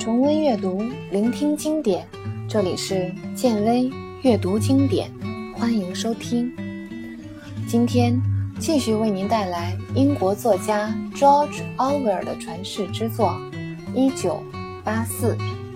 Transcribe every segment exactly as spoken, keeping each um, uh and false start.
重温阅读，聆听经典，这里是建威阅读经典，欢迎收听。今天继续为您带来英国作家 George Orwell 的传世之作《一九八四》。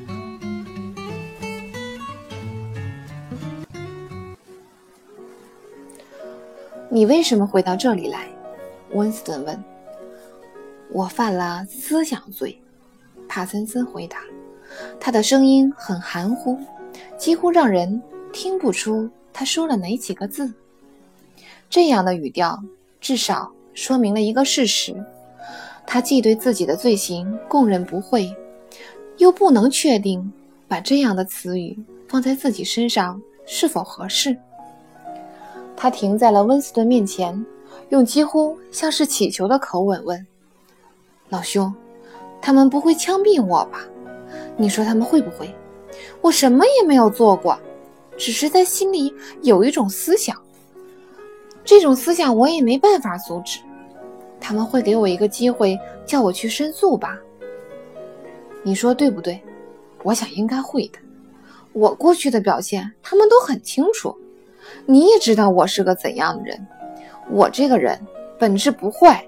你为什么会到这里来？温斯顿问。我犯了思想罪，帕森斯回答，他的声音很含糊，几乎让人听不出他说了哪几个字。这样的语调至少说明了一个事实，他既对自己的罪行供认不讳，又不能确定把这样的词语放在自己身上是否合适。他停在了温斯顿面前，用几乎像是乞求的口吻问，老兄，他们不会枪毙我吧？你说他们会不会？我什么也没有做过，只是在心里有一种思想，这种思想我也没办法阻止。他们会给我一个机会叫我去申诉吧？你说对不对？我想应该会的。我过去的表现他们都很清楚，你也知道我是个怎样的人。我这个人本质不坏，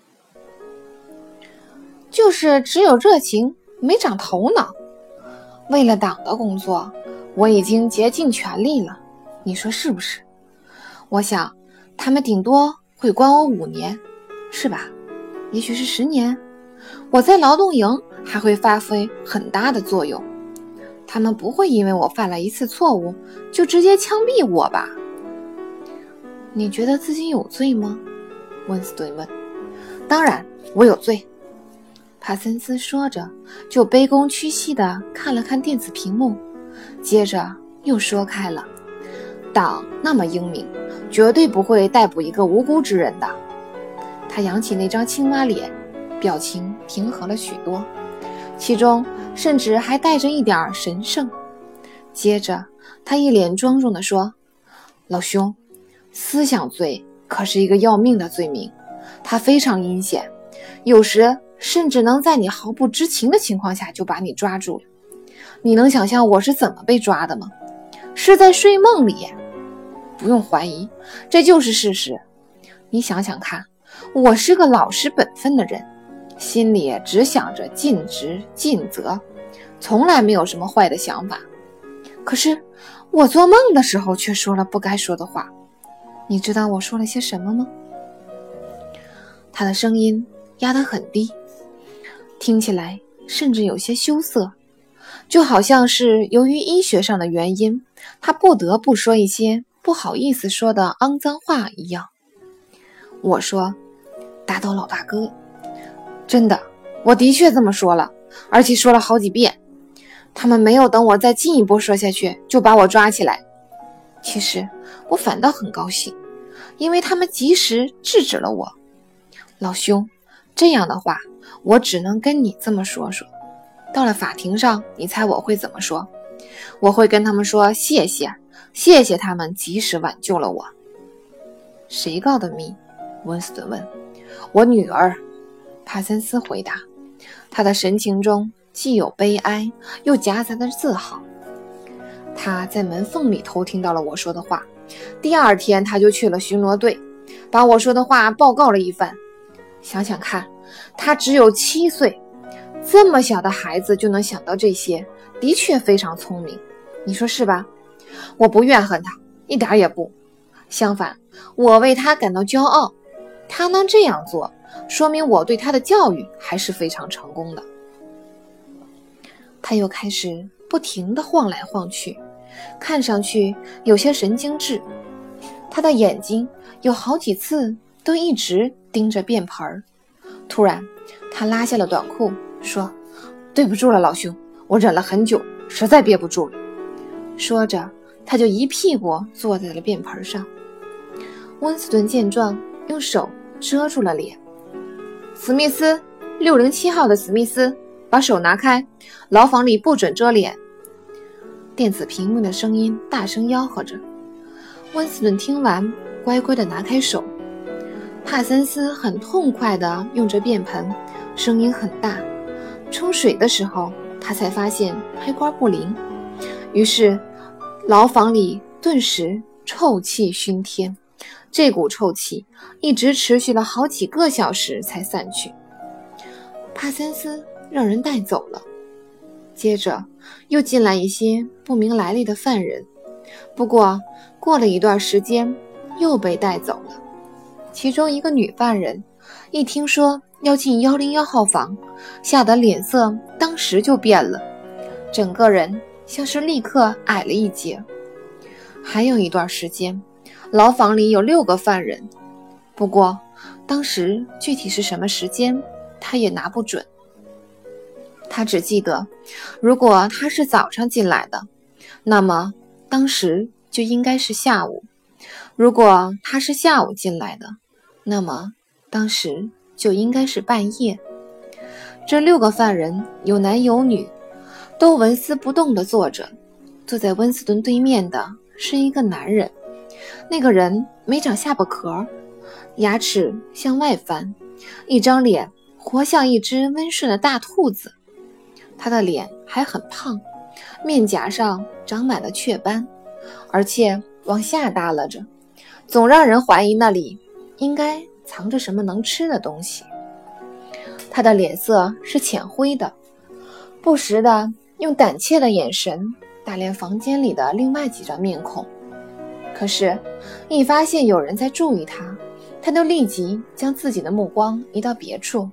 就是只有热情，没长头脑。为了党的工作，我已经竭尽全力了，你说是不是？我想他们顶多会关我五年，是吧？也许是十年。我在劳动营还会发挥很大的作用，他们不会因为我犯了一次错误就直接枪毙我吧？你觉得自己有罪吗？温斯顿问。当然我有罪，帕森斯说着就卑躬屈膝地看了看电子屏幕，接着又说开了，党那么英明，绝对不会逮捕一个无辜之人的。他扬起那张青蛙脸，表情平和了许多，其中甚至还带着一点神圣。接着他一脸庄重地说，老兄，思想罪可是一个要命的罪名，它非常阴险，有时甚至能在你毫不知情的情况下就把你抓住了。你能想象我是怎么被抓的吗？是在睡梦里。不用怀疑，这就是事实。你想想看，我是个老实本分的人，心里只想着尽职尽责，从来没有什么坏的想法。可是我做梦的时候却说了不该说的话。你知道我说了些什么吗？他的声音压得很低，听起来甚至有些羞涩，就好像是由于医学上的原因，他不得不说一些不好意思说的肮脏话一样。我说，打倒老大哥。真的，我的确这么说了，而且说了好几遍。他们没有等我再进一步说下去，就把我抓起来。其实我反倒很高兴，因为他们及时制止了我。老兄，这样的话我只能跟你这么说说。到了法庭上，你猜我会怎么说？我会跟他们说谢谢，谢谢他们及时挽救了我。谁告的密？温斯顿问。我女儿，帕森斯回答，他的神情中既有悲哀又夹杂着自豪。他在门缝里偷听到了我说的话，第二天他就去了巡逻队，把我说的话报告了一番。想想看，他只有七岁，这么小的孩子就能想到这些，的确非常聪明，你说是吧？我不怨恨他，一点也不，相反，我为他感到骄傲。他能这样做，说明我对他的教育还是非常成功的。他又开始不停地晃来晃去，看上去有些神经质。他的眼睛有好几次都一直盯着便盆。突然他拉下了短裤，说，对不住了老兄，我忍了很久，实在憋不住了。说着他就一屁股坐在了便盆上。温斯顿见状，用手遮住了脸。史密斯，六零七号的史密斯，把手拿开，牢房里不准遮脸。电子屏幕的声音大声吆喝着。温斯顿听完，乖乖地拿开手。帕森斯很痛快地用着便盆，声音很大，冲水的时候他才发现开关不灵，于是牢房里顿时臭气熏天，这股臭气一直持续了好几个小时才散去。帕森斯让人带走了，接着又进来一些不明来历的犯人，不过过了一段时间又被带走了。其中一个女犯人一听说要进一零一号房，吓得脸色当时就变了，整个人像是立刻矮了一截。还有一段时间，牢房里有六个犯人，不过当时具体是什么时间他也拿不准。他只记得，如果他是早上进来的，那么当时就应该是下午；如果他是下午进来的，那么当时就应该是半夜。这六个犯人有男有女，都纹丝不动地坐着。坐在温斯顿对面的是一个男人，那个人没长下巴壳，牙齿向外翻，一张脸活像一只温顺的大兔子。他的脸还很胖，面颊上长满了雀斑，而且往下耷拉着，总让人怀疑那里应该藏着什么能吃的东西。他的脸色是浅灰的，不时地用胆怯的眼神打量房间里的另外几张面孔，可是一发现有人在注意他，他就立即将自己的目光移到别处。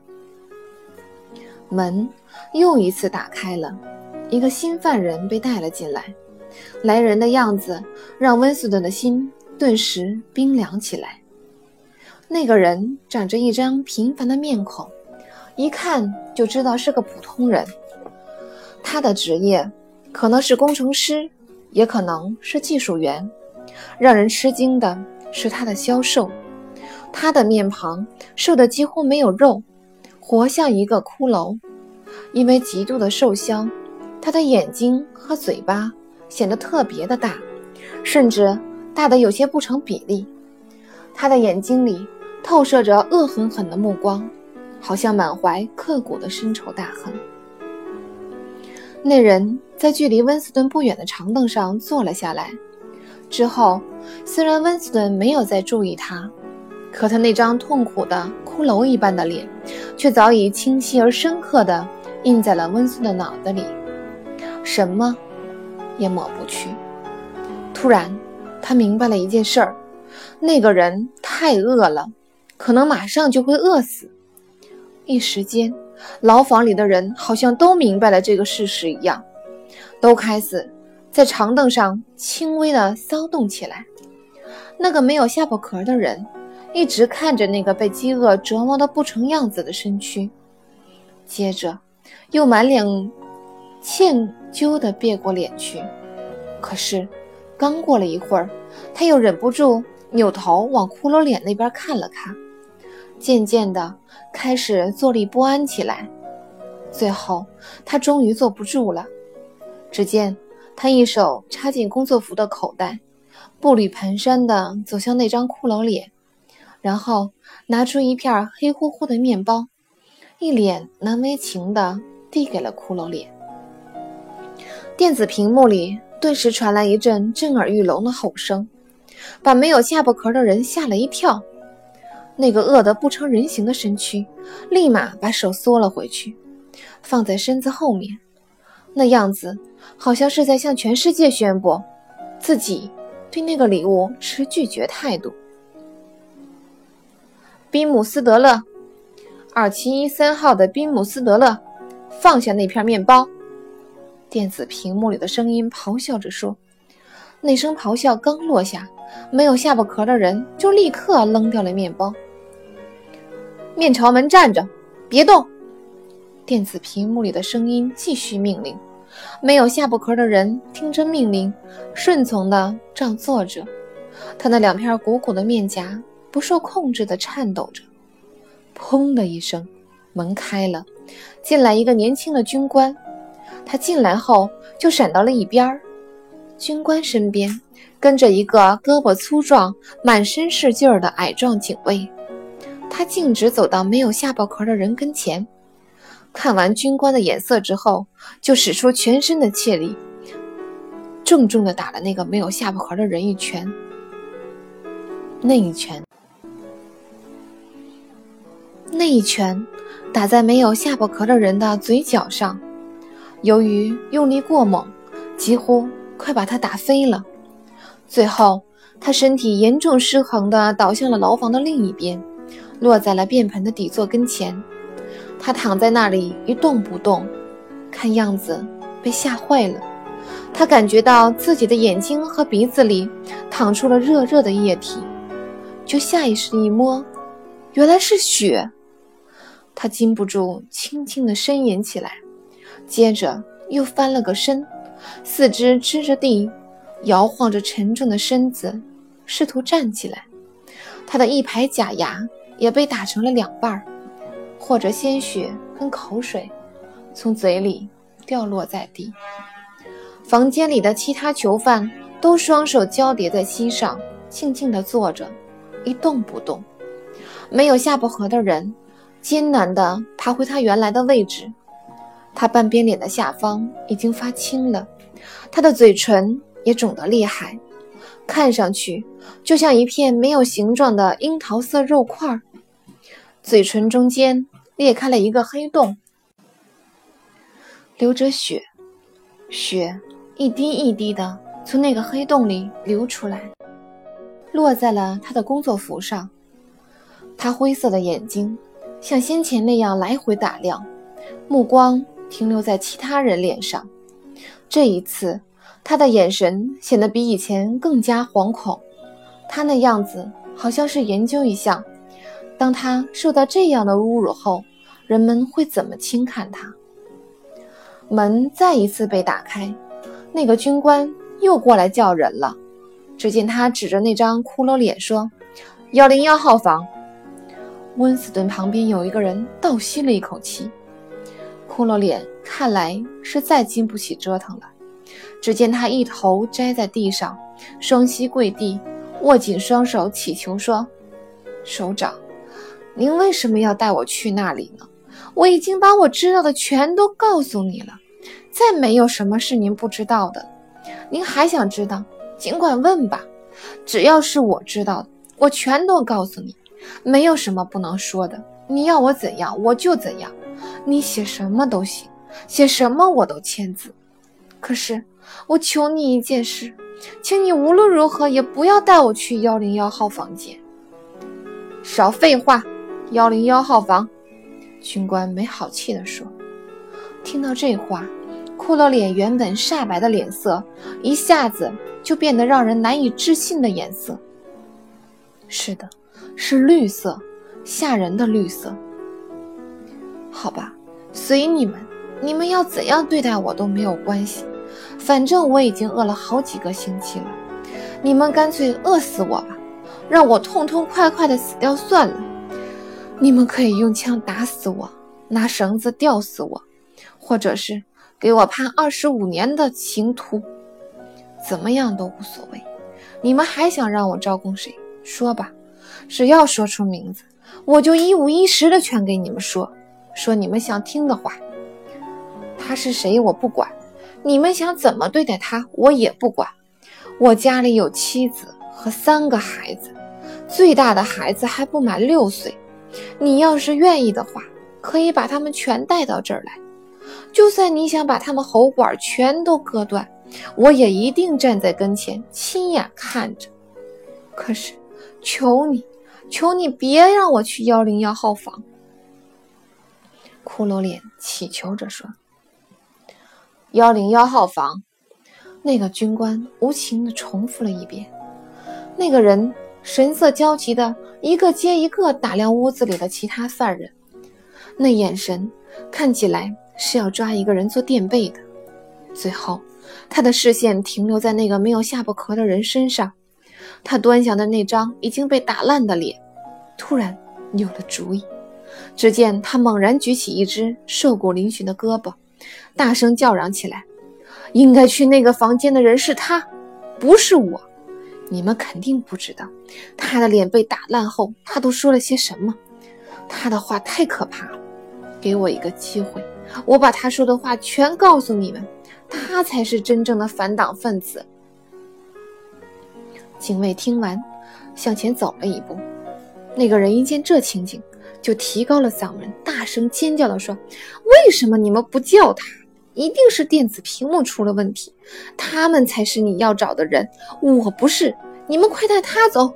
门又一次打开了，一个新犯人被带了进来。来人的样子让温斯顿的心顿时冰凉起来。那个人长着一张平凡的面孔，一看就知道是个普通人。他的职业可能是工程师，也可能是技术员。让人吃惊的是他的消瘦，他的面庞瘦得几乎没有肉，活像一个骷髅。因为极度的瘦削，他的眼睛和嘴巴显得特别的大，甚至大得有些不成比例。他的眼睛里透射着恶狠狠的目光，好像满怀刻骨的深仇大恨。那人在距离温斯顿不远的长凳上坐了下来，之后虽然温斯顿没有再注意他，可他那张痛苦的骷髅一般的脸却早已清晰而深刻地印在了温斯顿的脑子里，什么也抹不去。突然他明白了一件事儿，那个人太饿了，可能马上就会饿死。一时间，牢房里的人好像都明白了这个事实一样，都开始在长凳上轻微地骚动起来。那个没有下巴壳的人一直看着那个被饥饿折磨得不成样子的身躯，接着又满脸歉疚地别过脸去。可是刚过了一会儿，他又忍不住扭头往骷髅脸那边看了看，渐渐地开始坐立不安起来。最后他终于坐不住了，只见他一手插进工作服的口袋，步履蹒跚地走向那张骷髅脸，然后拿出一片黑乎乎的面包，一脸难为情地递给了骷髅脸。电子屏幕里顿时传来一阵震耳欲聋的吼声，把没有下巴壳的人吓了一跳。那个饿得不成人形的身躯立马把手缩了回去，放在身子后面，那样子好像是在向全世界宣布自己对那个礼物持拒绝态度。宾姆斯德勒，二七一三号的宾姆斯德勒，放下那片面包。电子屏幕里的声音咆哮着说。那声咆哮刚落下，没有下巴壳的人就立刻扔掉了面包。面朝门站着，别动。电子屏幕里的声音继续命令。没有下巴壳的人听着命令，顺从地照做着。他那两片鼓鼓的面颊不受控制地颤抖着。砰的一声，门开了，进来一个年轻的军官。他进来后就闪到了一边，军官身边跟着一个胳膊粗壮、满身是劲儿的矮壮警卫。他径直走到没有下巴壳的人跟前。 看完军官的眼色之后，就使出全身的气力，重重地打了那个没有下巴壳的人一拳。那一拳那一拳打在没有下巴壳的人的嘴角上，由于用力过猛，几乎快把他打飞了。最后他身体严重失衡地倒向了牢房的另一边，落在了便盆的底座跟前。他躺在那里一动不动，看样子被吓坏了。他感觉到自己的眼睛和鼻子里淌出了热热的液体，就下意识一摸，原来是血。他禁不住轻轻地呻吟起来，接着又翻了个身，四肢支着地，摇晃着沉重的身子，试图站起来。他的一排假牙也被打成了两半，或者鲜血跟口水从嘴里掉落在地。房间里的其他囚犯都双手交叠在膝上，静静地坐着，一动不动。没有下巴颏的人艰难地爬回他原来的位置，他半边脸的下方已经发青了，他的嘴唇也肿得厉害，看上去就像一片没有形状的樱桃色肉块。嘴唇中间裂开了一个黑洞，流着血，血一滴一滴的从那个黑洞里流出来，落在了他的工作服上。他灰色的眼睛像先前那样来回打量，目光停留在其他人脸上。这一次他的眼神显得比以前更加惶恐，他那样子好像是研究一下，当他受到这样的侮辱后，人们会怎么轻看他。门再一次被打开，那个军官又过来叫人了。只见他指着那张骷髅脸说：一零一号房。温斯顿旁边有一个人倒吸了一口气，骷髅脸看来是再经不起折腾了。只见他一头栽在地上，双膝跪地，握紧双手祈求说：首长，您为什么要带我去那里呢？我已经把我知道的全都告诉你了，再没有什么是您不知道的。您还想知道，尽管问吧，只要是我知道的，我全都告诉你，没有什么不能说的。你要我怎样我就怎样，你写什么都行，写什么我都签字。可是我求你一件事，请你无论如何也不要带我去一零一号房间。少废话，一零一号房，军官没好气地说。听到这话，骷髅脸原本煞白的脸色一下子就变得让人难以置信的颜色。是的，是绿色，吓人的绿色。好吧，随你们，你们要怎样对待我都没有关系，反正我已经饿了好几个星期了，你们干脆饿死我吧，让我痛痛快快的死掉算了。你们可以用枪打死我，拿绳子吊死我，或者是给我判二十五年的刑徒，怎么样都无所谓。你们还想让我招供谁？说吧，只要说出名字，我就一五一十的全给你们说，说你们想听的话。他是谁我不管，你们想怎么对待他我也不管。我家里有妻子和三个孩子，最大的孩子还不满六岁。你要是愿意的话，可以把他们全带到这儿来，就算你想把他们喉管全都割断，我也一定站在跟前亲眼看着。可是求你求你别让我去一零一号房。骷髅脸祈求着说。一零一号房，那个军官无情地重复了一遍。那个人神色焦急地一个接一个打量屋子里的其他犯人，那眼神看起来是要抓一个人做垫背的。最后他的视线停留在那个没有下巴壳的人身上，他端详的那张已经被打烂的脸突然有了主意。只见他猛然举起一只瘦骨嶙峋的胳膊，大声叫嚷起来：应该去那个房间的人是他，不是我。你们肯定不知道他的脸被打烂后他都说了些什么，他的话太可怕了。 给我一个机会，我把他说的话全告诉你们，他才是真正的反党分子。警卫听完，向前走了一步。那个人一见这情景，就提高了嗓门，大声尖叫地说：为什么你们不叫他？一定是电子屏幕出了问题，他们才是你要找的人，我不是，你们快带他走。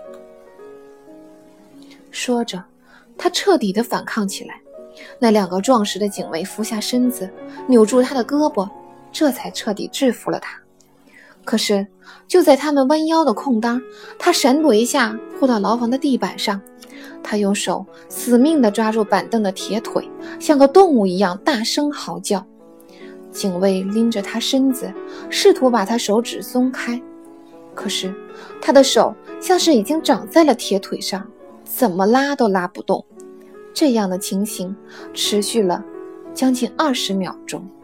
说着，他彻底地反抗起来。那两个壮实的警卫俯下身子，扭住他的胳膊，这才彻底制服了他。可是就在他们弯腰的空当，他闪躲一下扑到牢房的地板上，他用手死命地抓住板凳的铁腿，像个动物一样大声嚎叫。警卫拎着他身子，试图把他手指松开，可是他的手像是已经长在了铁腿上，怎么拉都拉不动。这样的情形持续了将近二十秒钟。